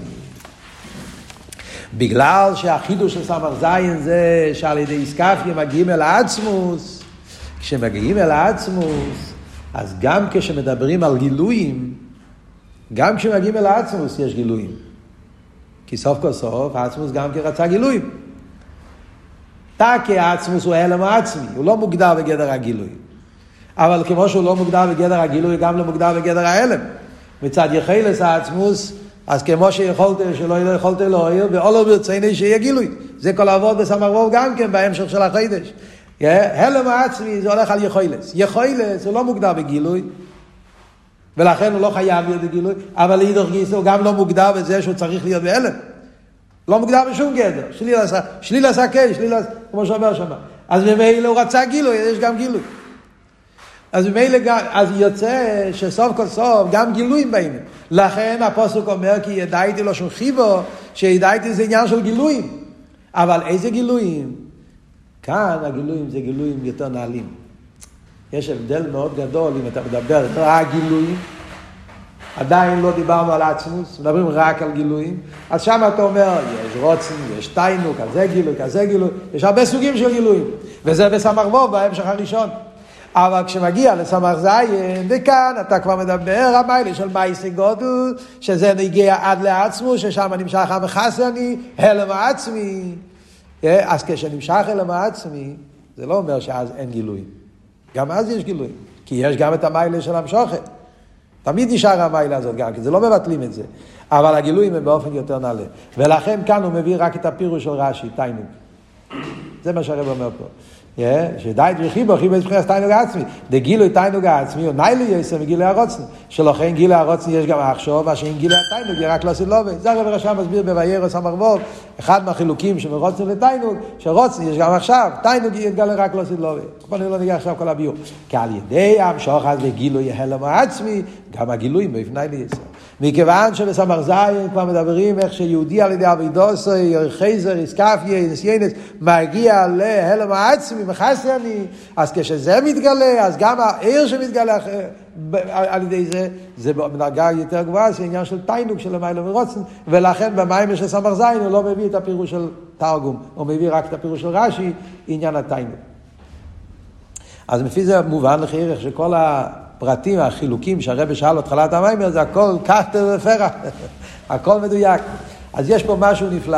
[SPEAKER 1] בגלל שהחידוש של סמ"ך זין זה שעל ידי איסקפיה מגיעים אל העצמוס, כשמגיעים אל העצמוס, אז גם כשמדברים על גילויים, גם כשמגיעים אל העצמוס יש גילויים. כי סוף כל סוף העצמוס גם כרצה גילויים. תקי העצמוס הוא ההלם העצמי, הוא לא מוגדר בגדר הגילוי. אבל כמו שהוא לא מוגדר בגדר הגילוי, גם לא מוגדר בגדר ההלם. מצד יחילס העצמוס, אז כמו שיכולת שלא יכולת להועיל, ואולו ברציני שיהיה גילוי. זה כל העבוד בסמ"ך וו גם כן, בהמשך של החידש. הלם העצמי זה הולך על יחילס. יחילס הוא לא מוגדר בגילוי, ולכן הוא לא חייב להיות בגילוי, אבל להידור גיסא הוא גם לא מוגדר בזה שהוא צריך להיות בהלם. לא מוגדר בשום גדר. שליל עשה כן, כמו שאומר שם. אז במילא הוא רצה גילוי, יש גם גילוי. אז במילא אז יוצא שסוף כל סוף גם גילויים באים. לכן הפסוק אומר כי ידעתי לו שום חיבו, שידעתי זה עניין של גילויים. אבל איזה גילויים? כאן הגילויים זה גילויים יותר נעלים. יש הבדל מאוד גדול אם אתה מדבר רק גילויים, עדיין לא דיברנו על עצמוס, מדברים רק על גילויים, אז שם אתה אומר, יש רוצן, יש תיינו, כזה גילוי, כזה גילוי, יש הרבה סוגים של גילויים, וזה בסמ"ך וו, בהמשך הראשון. אבל כשמגיע לסמ"ך זין, וכאן אתה כבר מדבר המיילה של מייסי גודל, שזה נגיע עד לעצמו, ששם נמשך המחסני, הלם העצמי. אז כשנמשך הלם העצמי, זה לא אומר שאז אין גילוי. גם אז יש גילוי, כי יש גם את המיילה של המשוכת. תמיד נשאר המיילה הזאת גם, כי זה לא מבטלים את זה. אבל הגילויים הם באופן יותר נעלה. ולכן כאן הוא מביא רק את הפירוש של רש"י, תיינוג. זה מה שהרב אומר פה. שדאית וחיבו, חיבו מבחינת תיינוג העצמי. דגילוי תיינוג העצמי, הוא ניילי יסר מגילוי הרוצן. שלכן גילוי הרוצן יש גם עכשיו, מה שאין גילוי התיינוג, רק לא עשית לובי. זה הרב רש"ם מסביר בוירא סמ"ך וו, אחד מהחילוקים שמרוצן לתיינוג, שרוצן יש גם עכשיו, תיינוג יתגלה רק לא עשית לובי. פה אני לא נגיע עכשיו כל הביור. כי על ידי המשוך הזה וגילוי הלם העצמי, גם הגילוי מבפני לי יסר. מכיוון שבסמ"ך זין כבר מדברים איך שיהודי על ידי אבידוסי, חייזר, איסקפיה, נסיינס, מגיע להלם העצמי, מחסני, אז כשזה מתגלה, אז גם העיר שמתגלה על ידי זה, זה בדרגה יותר גבוהה, זה עניין של תיינוג של המיילה ורוצן, ולכן במים של סמ"ך זין הוא לא מביא את הפירוש של תרגום, הוא מביא רק את הפירוש של רש"י, עניין התיינוג. אז לפי זה מובן לכך שכל הפרטים, החילוקים שהרב שאל התחלת המים, זה הכל כתר ופרח, הכל מדויק. אז יש פה משהו נפלא.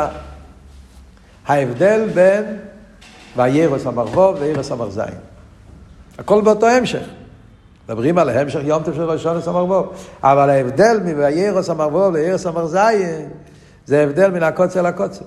[SPEAKER 1] ההבדל בין וירא סמ"ך וו וירא סמ"ך זין. הכל באותו המשך. מדברים על המשך יום טוב של ראש השנה סמ"ך וו. אבל ההבדל מוירא סמ"ך וו וירא סמ"ך זין, זה הבדל מן הקוצר לקוצר.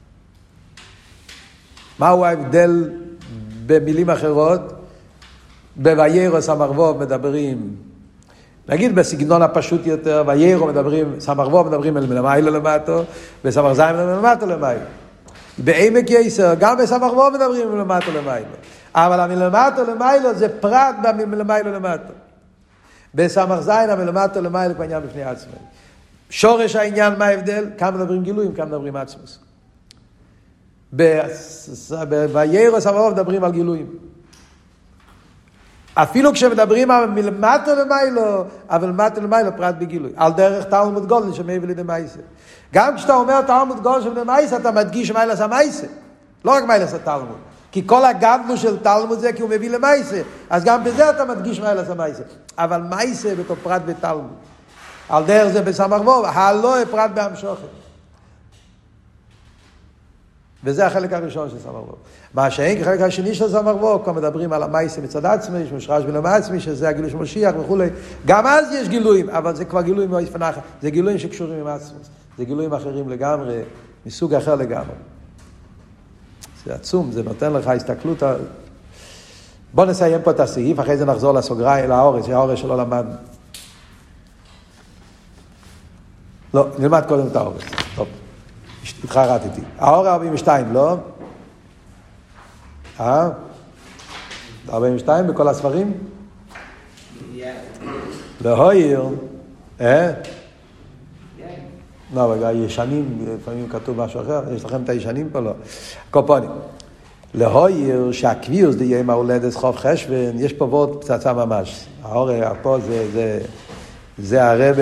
[SPEAKER 1] מהו ההבדל במילים אחרות? בוירא סמ"ך וו מדברים, נגיד בסגנון הפשוט יותר, וירא מדברים, סמ"ך וו מדברים אל מלמעלה למטה, וסמ"ך זין מדברים למטה למעלה. בעמק יסר, גם בסמ"ך וו מדברים מלמטה למעלה. אבל המלמטה למעלה זה פרט במלמעלה למטה. בסמ"ך זין המלמטה למעלה כבר עניין בפני עצמם. שורש העניין, מה ההבדל? כאן מדברים גילויים, כאן מדברים עצמוס. בוירא סמ"ך וו מדברים על גילויים. אפילו כשמדברים על מלמטה למעלה, אבל מלמטה למעלה פרט בגילוי. על דרך תלמוד גודל שמביא לידי מייסה. גם כשאתה אומר תלמוד גודל שמביא לידי מייסה, אתה מדגיש מיילס המייסה. לא רק מיילס התלמוד. כי כל הגדלו של תלמוד זה כי הוא מביא למייסה. אז גם בזה אתה מדגיש מיילס המייסה. אבל מייסה בתור פרט בתלמוד. על דרך זה בסמ"ך וו, הלא פרט בהמשוכת. וזה החלק הראשון של סמ"ך וו. מה שאין כחלק השני של סמ"ך וו, כבר מדברים על המייסה מצד עצמי, יש משרש בלם עצמי, שזה הגילוי של משיח וכו'. גם אז יש גילויים, אבל זה כבר גילויים מאוד פנחה. זה גילויים שקשורים עם עצמי. זה גילויים אחרים לגמרי, מסוג אחר לגמרי. זה עצום, זה נותן לך הסתכלות. בוא נסיים פה את הסעיף, אחרי זה נחזור לסוגריים, לאורש, שהאורש שלא למד. לא, נלמד קודם את האורש. טוב, התחרטתי. האור 42, לא? 42 בכל הספרים? להויר. לא, אבל הישנים, לפעמים כתוב משהו אחר, יש לכם את הישנים פה? לא. קופונים. להויר שהקביעוס דייה עם ההולדת חוב חשבן, יש פה ועוד פצצה ממש. האור פה זה הרב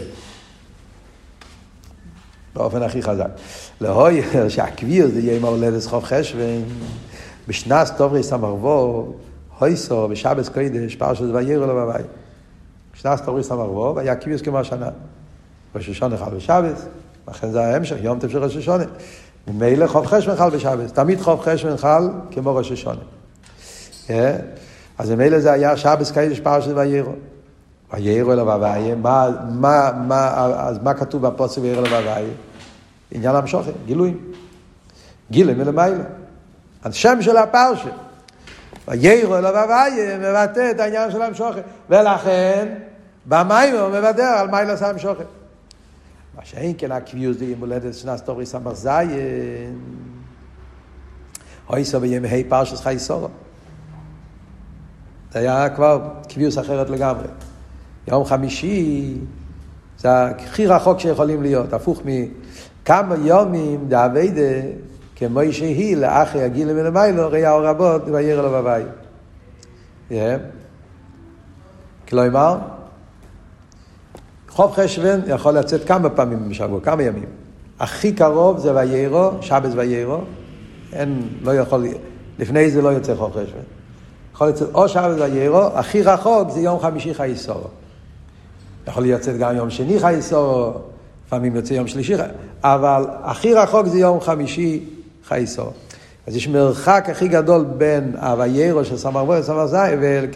[SPEAKER 1] באופן הכי חזק. להויר שהקביעוס דייה עם ההולדת חוב חשבן, בשנס תוברי סמ"ך וו, הויסו בשבס קודש, פרשת וירא לו בבית. בשנס תוברי סמ"ך וו, והיה קביעוס כמו השנה. ראש השנה חל בשבס, לכן זה ההמשך, יום טוב של ראש השנה. ממילא חוב חשבן חל בשבס, תמיד חוב חשבן חל כמו ראש השנה. אז ממילא זה היה שבס קודש פרשת וירא. וירא לו בבית, אז מה כתוב בפוסק וירא לו בבית? עניין המשוכן, גילויים. גילויים מלמעלה. השם של הפרשה. וירא לו בבית מבטא את העניין של המשוכן. ולכן, במים הוא מבטא על מיילס המשוכן. מה שאין כן הקביעוס די מולדת שנס תוברי סמ"ך זין, הויסו בימי פרשת חיי שרה. זה היה כבר קביעוס אחרת לגמרי. יום חמישי זה הכי רחוק שיכולים להיות, הפוך מכמה יומים דאביידה כמו שהיא לאחרי הגיל מלמיילו ראיה או רבות וירא לו בבית. כלומר, חוב חשבן יכול לצאת כמה פעמים בשבוע, כמה ימים. הכי קרוב זה ויירו, שבס ויירו. לא יכול, לפני זה לא יוצא חוב חשבן. יכול לצאת או שבס ויירו, הכי רחוק זה יום חמישי חייסורו. יכול לצאת גם יום שני חייסורו, לפעמים יוצא יום שלישי, אבל הכי רחוק זה יום חמישי חייסורו. אז יש מרחק הכי גדול בין הוויירו של סמ"ך וו וסמ"ך זין,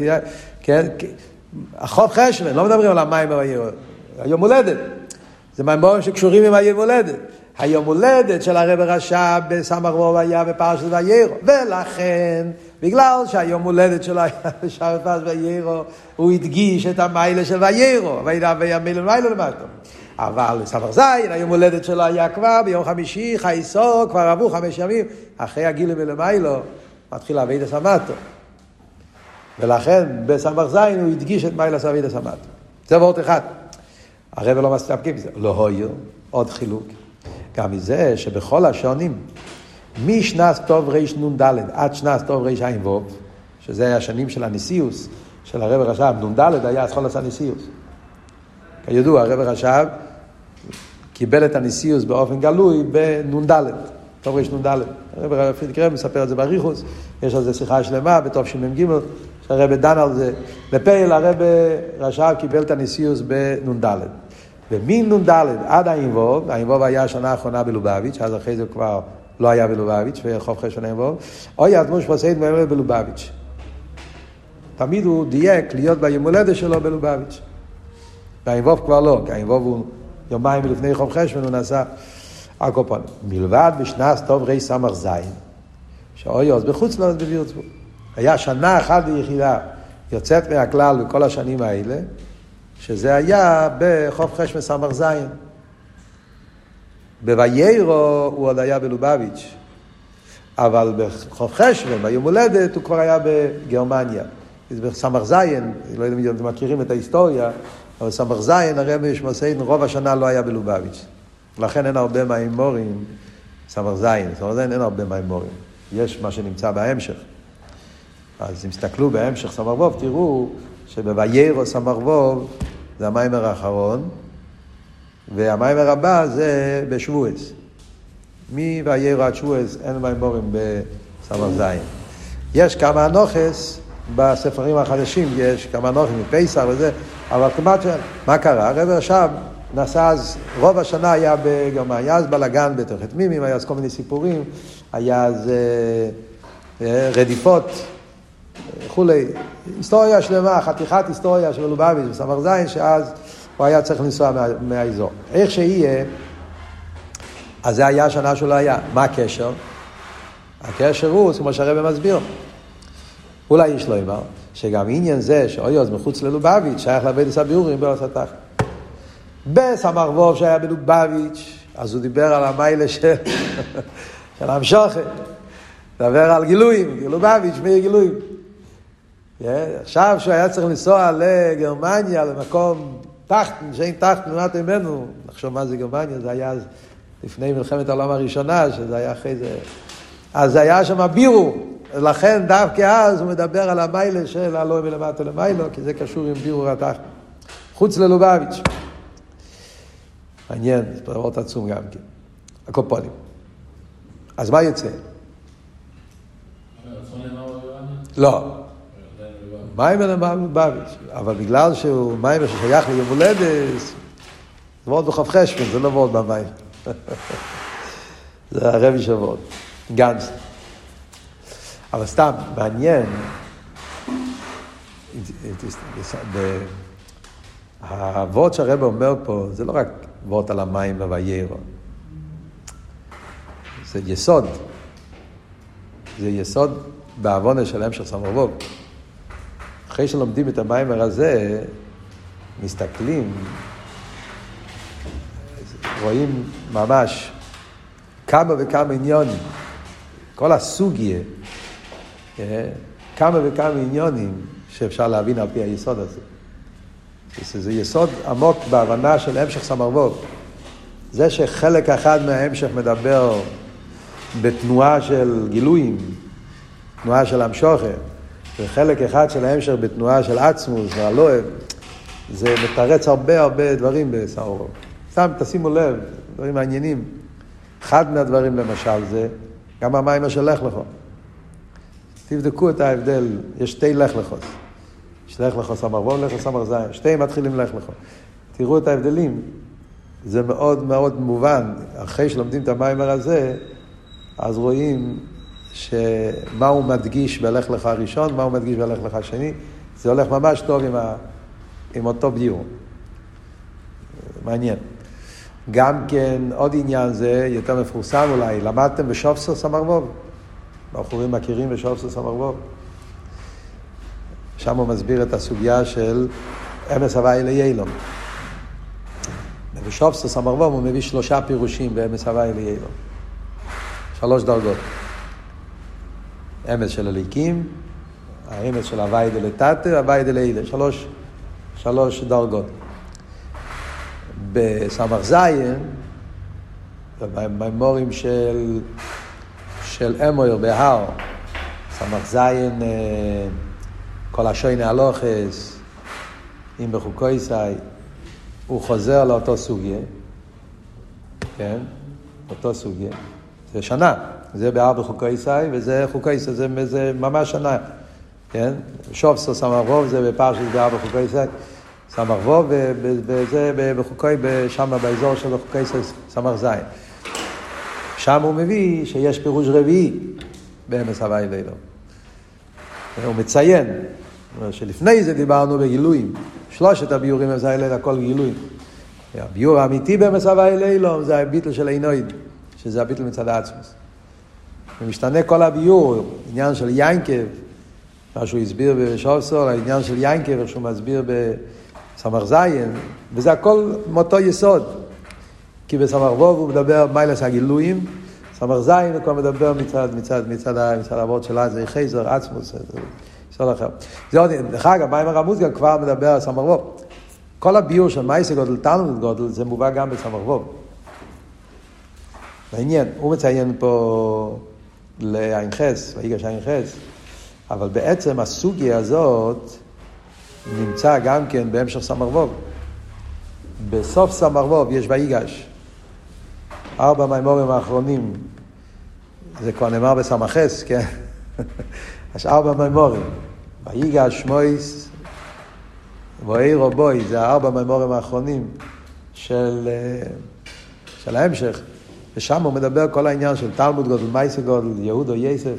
[SPEAKER 1] החוב חשבן, לא מדברים על המים בוויירו, היום הולדת. זה מים שקשורים עם היום הולדת. היום הולדת של הרב רש"ב בסמ"ך וו היה בפרשת ויירו, ולכן, בגלל שהיום הולדת שלו היה בפרשת ויירו, הוא הדגיש את המיילה של ויירו, והמיילה למיילה למטה. אבל סמ"ך זין, היום הולדת שלו היה כבר ביום חמישי, חייסור, כבר עברו 5 ימים, אחרי הגילוי מלמיילו, מתחיל אבידס המטו. ולכן בסמ"ך זין הוא הדגיש את מיילס אבידס המטו. זה וורט אחד. הרב לא מסתפקים בזה. לא הויר, עוד חילוק. גם מזה שבכל השונים, משנס טוב ריש נון דלת עד שנס טוב ריש עין ווב, שזה היה השנים של הניסיוס, של הרב רש"ב, נון דלת היה אסכולס הניסיוס. כידוע, הרב רש"ב קיבל את הניסיוס באופן גלוי בנון דלת, טוב ריש נון דלת. הרב פרידריק רב מספר את זה באריכוס, יש על זה שיחה שלמה בתוף שמ"ג, שהרב דן על זה. בפייל הרב רש"ב קיבל את הניסיוס בנון דלת. ומנון דלת עד עין ווב, עין ווב היה השנה האחרונה בלובביץ', אז אחרי זה כבר לא היה בלובביץ', וחוב חשבון עין ווב, או ידמוש פוסד מאמר בלובביץ'. תמיד הוא דייק להיות ביום הולדת שלו בלובביץ'. בעין ווב כבר לא, כי עין ווב הוא יומיים לפני חוב חשבון, הוא נסע הקופון. מלבד בשנס טוב רי סמ"ך זין, שאוי אז בחוץ לארץ בווירצבורג. היה שנה אחת ביחידה יוצאת מהכלל בכל השנים האלה, שזה היה בחוב חשבון סמ"ך זין. בוויירו הוא עוד היה בלובביץ', אבל בחוב חשבון, ביום הולדת, הוא כבר היה בגרמניה. בסמ"ך זין, לא יודע אם אתם מכירים את ההיסטוריה, אבל סמ"ך זין, הרבי שמוסיין, רוב השנה לא היה בלובביץ'. לכן אין הרבה מהאמורים, סמ"ך זין אין הרבה מהאמורים. יש מה שנמצא בהמשך. אז אם תסתכלו בהמשך סמ"ך ווב, תראו שבוויירו סמ"ך ווב זה המיימר האחרון, והמיימר הבא זה בשבועס. מוויירו עד שבועס אין מהאמורים בסמ"ך זין. יש כמה אנוכס, בספרים החדשים יש כמה נוחים מפסח וזה, אבל כמעט מה קרה? הרב רש"ב נסע אז, רוב השנה היה בגרמניה, היה אז בלגן בתוכת מימים, היה אז כל מיני סיפורים, היה אז רדיפות, וכולי. היסטוריה שלמה, חתיכת היסטוריה של לובביץ' בסמ"ך זין, שאז הוא היה צריך לנסוע מהאזור. איך שיהיה, אז זה היה השנה שלא היה. מה הקשר? הקשר הוא, כמו שהרב מסביר, אולי יש לו אמר, שגם עניין זה שאויוז מחוץ ללובביץ' שייך לאבידס הביאורים בארץ התחתית. בסמ"ך ווב שהיה בלובביץ', אז הוא דיבר על המיילה של המשוכן, דבר על גילויים, לובביץ' מי גילויים. עכשיו שהוא היה צריך לנסוע לגרמניה, למקום תחתן, שאין תחתן, למטה ממנו, נחשוב מה זה גרמניה, זה היה לפני מלחמת העולם הראשונה, שזה היה אחרי זה, אז היה שם בירו, לכן דווקא אז הוא מדבר על המיילה של הלא מלמטה למיילו, כי זה קשור עם בירו התחתן, חוץ ללובביץ'. מעניין, זה פרעות עצום גם כן. הקופונים. אז מה יוצא? לא. מיימר ללובביץ', אבל בגלל שהוא מיימר ששייך ליום הולדת, זה מאוד בחוב חשבון, זה לא מאוד במיימר. זה הרבי שבועות, גנץ. אבל סתם, מעניין, הוות שהרבי אומר פה, זה לא רק וות על המים והיירו. זה יסוד. זה יסוד בעוונה של המשך סמ"ך ווב. אחרי שלומדים את המיימר הזה, מסתכלים, רואים ממש כמה וכמה עניונים, כל הסוגיה, כמה וכמה עניונים שאפשר להבין על פי היסוד הזה. זה יסוד עמוק בהבנה של המשך סמ"ך ווב. זה שחלק אחד מההמשך מדבר בתנועה של גילויים, תנועה של המשוכן, וחלק אחד של ההמשך בתנועה של עצמוס והלוהב, זה מתרץ הרבה דברים בסערוב. סתם תשימו לב, דברים מעניינים. אחד מהדברים למשל זה, גם המים של לך לכו. תבדקו את ההבדל, יש שתי לך לכות. יש לך לכו סמר וו, לך סמר זין. שתי מתחילים לך לכו. תראו את ההבדלים. זה מאוד מאוד מובן. אחרי שלומדים את המים הזה, אז רואים שמה הוא מדגיש בהלך לך הראשון, מה הוא מדגיש בהלך לך השני. זה הולך ממש טוב עם אותו ביור. מעניין. גם כן, עוד עניין זה, יותר מפורסם אולי, למדתם בשופסו סמר-ווב. בחורים מכירים בשופסו סמר-ווב. שם הוא מסביר את הסוגיה של אמס הוואי ליילום. בשופסו סמר-ווב הוא מביא 3 פירושים באמס הוואי ליילום. 3 דרגות. אמס של הליקים, האמס של הוואי דלתתא, הוואי דלילה. 3 דרגות. בסמ"ך זין, במימורים של אמויר בהר, סמ"ך זין, כל השויני הלוחס, אם בחוקוי סי, הוא חוזר לאותו סוגיה, כן? אותו סוגיה. זה שנה, זה בהר בחוקוי סי, וזה חוקוי סי, זה ממש שנה, כן? שופסו סמ"ך ווב, זה בפרשת בהר בחוקוי סי, סמ"ך ווב, וזה בחוקוי, שם באזור של חוקי סמ"ך זין. שם הוא מביא שיש פירוש רביעי באמס הוואי לילה. הוא מציין, שלפני זה דיברנו בגילויים. 3 הביורים באמס הוואי לילה, הכל גילויים. הביור האמיתי באמס הוואי לילה זה הביטל של אינויד, שזה הביטל מצד העצמוס. ומשתנה כל הביור, עניין של יינקב, מה שהוא הסביר בשופסו, העניין של יינקב, שהוא מסביר סמ"ך זין, וזה הכל מאותו יסוד. כי בסמ"ך ווב הוא מדבר מיילס הגילויים, סמ"ך זין הוא כבר מדבר מצד העבוד שלה, זה חייזר, עצמוס, זה יסוד אחר. זה עוד, דרך אגב, מים הרמוז גם כבר מדבר על סמ"ך ווב. כל הביור של מייסה גודל, תלמוד גודל, זה מובא גם בסמ"ך ווב. מעניין, הוא מציין פה לעין חס, ויגש עין חס, אבל בעצם הסוגיה הזאת, נמצא גם כן בהמשך סמ"ך ווב. בסוף סמ"ך ווב יש ויגש. 4 מימורים האחרונים, זה כבר נאמר בסמ"ך חס, כן? יש 4 מימורים. ויגש, שמויס, ואירו בוי, זה 4 מימורים האחרונים של ההמשך. ושם הוא מדבר כל העניין של תלמוד גודל, מייסה גודל, יהודו, יסף.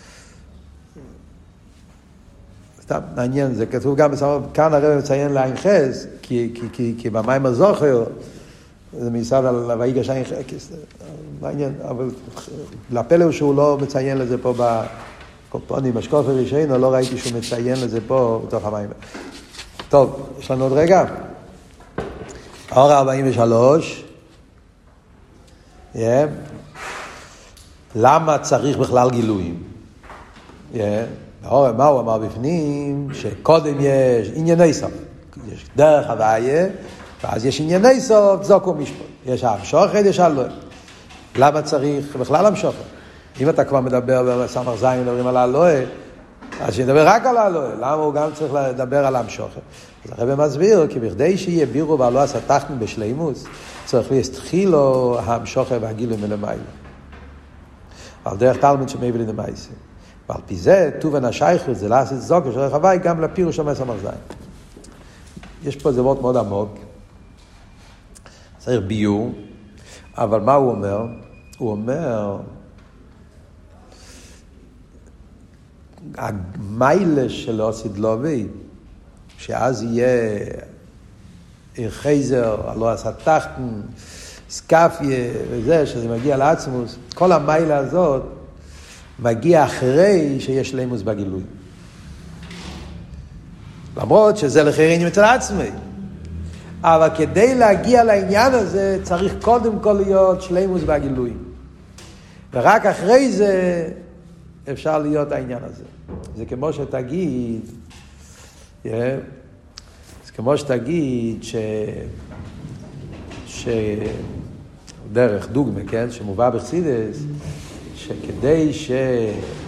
[SPEAKER 1] מעניין, זה כתוב גם בסמ"ך, כאן הרב מציין לעין חס, כי במים הזוכר, זה מיסד על ויגש עין חס, מעניין, אבל לפלא הוא שהוא לא מציין לזה פה בקופונים, בשקוף הראשינו, לא ראיתי שהוא מציין לזה פה בתוך המים. טוב, יש לנו עוד רגע. אור 43, למה צריך בכלל גילויים? מה הוא אמר בפנים? שקודם יש ענייני סוף, יש דרך הוויה, ואז יש ענייני סוף, זוקו משפט. יש המשוכת, יש הלואה. למה צריך בכלל המשוכת? אם אתה כבר מדבר בסמ"ך זין, מדברים על הלואה, אז שנדבר רק על הלואה. למה הוא גם צריך לדבר על המשוכת? אז הרב מסביר, כי בכדי שיהיה בירו והלואה סתחנו בשלימוס, צריך להסתחילו המשוכת והגילוי מלמעלה. על דרך תלמוד שמביא למעשה. ועל פי זה, טובן השייכות, זה לעשות זוקר של רחבי, גם לפירוש של סמ"ך זין. יש פה זה מאוד עמוק. צריך ביור, אבל מה הוא אומר? הוא אומר, המיילה של עוsid לובי, שאז יהיה חייזר, הלא הסתחתן, סקפיה וזה, שזה מגיע לעצמוס, כל המיילה הזאת מגיע אחרי שיש לימוס בגילוי. למרות שזה לחירין מצד עצמי. אבל כדי להגיע לעניין הזה צריך קודם כל להיות שלימוס בגילוי. ורק אחרי זה אפשר להיות העניין הזה. זה כמו שתגיד, זה כמו שתגיד דרך דוגמה, כן? שמובא בחסידס, שכדי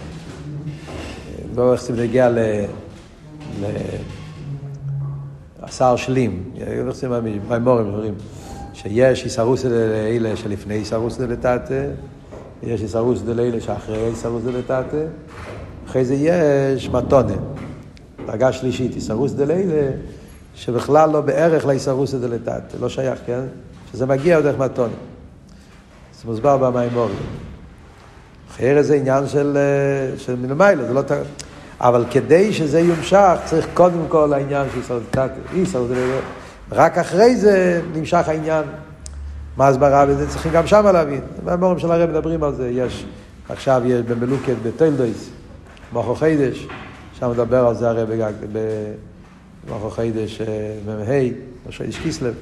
[SPEAKER 1] לא איך זה נגיע בשר שלים, מימורים אומרים, שיש איסרוס לאלה שלפני איסרוס דלתתא, יש איסרוס לאלה שאחרי איסרוס דלתתא, אחרי זה יש מתונה, דרגה שלישית, איסרוס דלילה, שבכלל לא בערך לאיסרוס דלתתא, לא שייך, כן? שזה מגיע דרך מתונה. זה מוסבר במימורים. אחרי זה עניין של מלמעלה, זה לא... אבל כדי שזה יומשך, צריך קודם כל העניין של איסרוס דלתתא, רק אחרי זה נמשך העניין. מה הסברה בזה? צריכים גם שם להבין. במורים של הרב מדברים על זה. עכשיו יש במלוקת בתולדות, מוחו חידש, שם מדבר על זה הרב במוחו חידש ממהי, חידש כיסלב.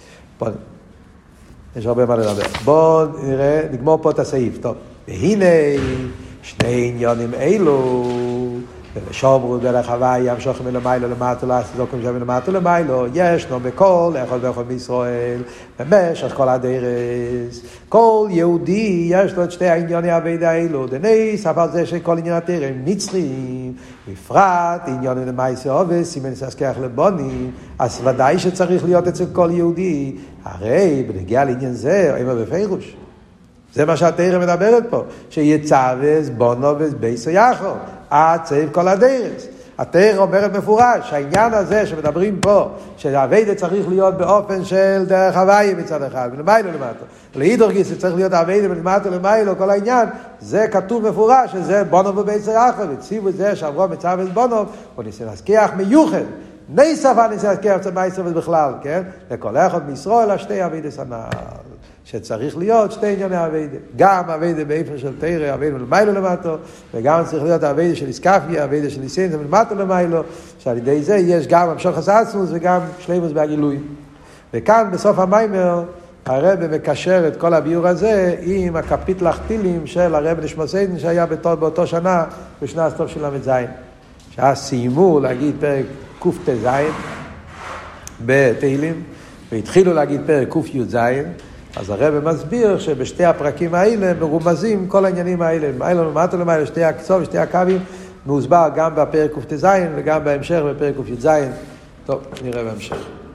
[SPEAKER 1] יש הרבה מה לדבר. בואו נראה, נגמור פה את הסעיף. טוב. והנה שני עניונים אלו, ושומרו דרך הוואי ימשוך מלמיילו למטה לעסוקם שם מלמטה למיילו, ישנו בכל אחד ואחד מישראל במשך כל הדרס. כל יהודי יש לו את שתי הענייני העבודה האלו, דניס אבל זה שכל עניין התרם נצחים, בפרט עניינים למעשה עובס, סימן ססכח לבונים, אז ודאי שצריך להיות אצל כל יהודי. הרי בנגיע לעניין זה אימה בפירוש, זה מה שהתרם מדברת פה, שיצאבס בונובס בייסו יחו עד סביב כל הדרס. התרם אומרת מפורש, העניין הזה שמדברים פה, שהעבודה צריך להיות באופן של דרך הוויה מצד אחד, מלמיילו למטה. לאידור גיסא צריך להיות העבודה מלמטה למיילו, כל העניין, זה כתוב מפורש, שזה בונוב בייסו יחו, וציבו זה שאמרו מצאבס בונוב, הוא ניסה להזכיח מיוחד. ניסה ניסה להזכיח צמאיסו בכלל, כן? לכל אחד מישראל, השתי עבודה סנל. שצריך להיות שתי ענייני עבודה, גם עבודה באיפן של תרא, עבודה מלמיילו למטה, וגם צריך להיות עבודה של איסקפיה, עבודה של איסין, זה מלמטה למיילו, שעל ידי זה יש גם המשוך הסעצמוס וגם שלמוס והגילוי. וכאן בסוף המיימר, הרב מקשר את כל הביור הזה עם הקפיטל החתילים של הרב נשמוסיידן שהיה באותו שנה, בשנה הסטוב של ל"ז. שאז סיימו להגיד פרק קט"ז בתהילים, והתחילו להגיד פרק ק"ז, אז הרב מסביר שבשתי הפרקים האלה מרומזים כל העניינים האלה, מיילו למטה למיילו, שתי הקצוב, שתי הקווים, מוסבר גם בפרק קט"ז וגם בהמשך בפרק ק"ז. טוב, נראה בהמשך.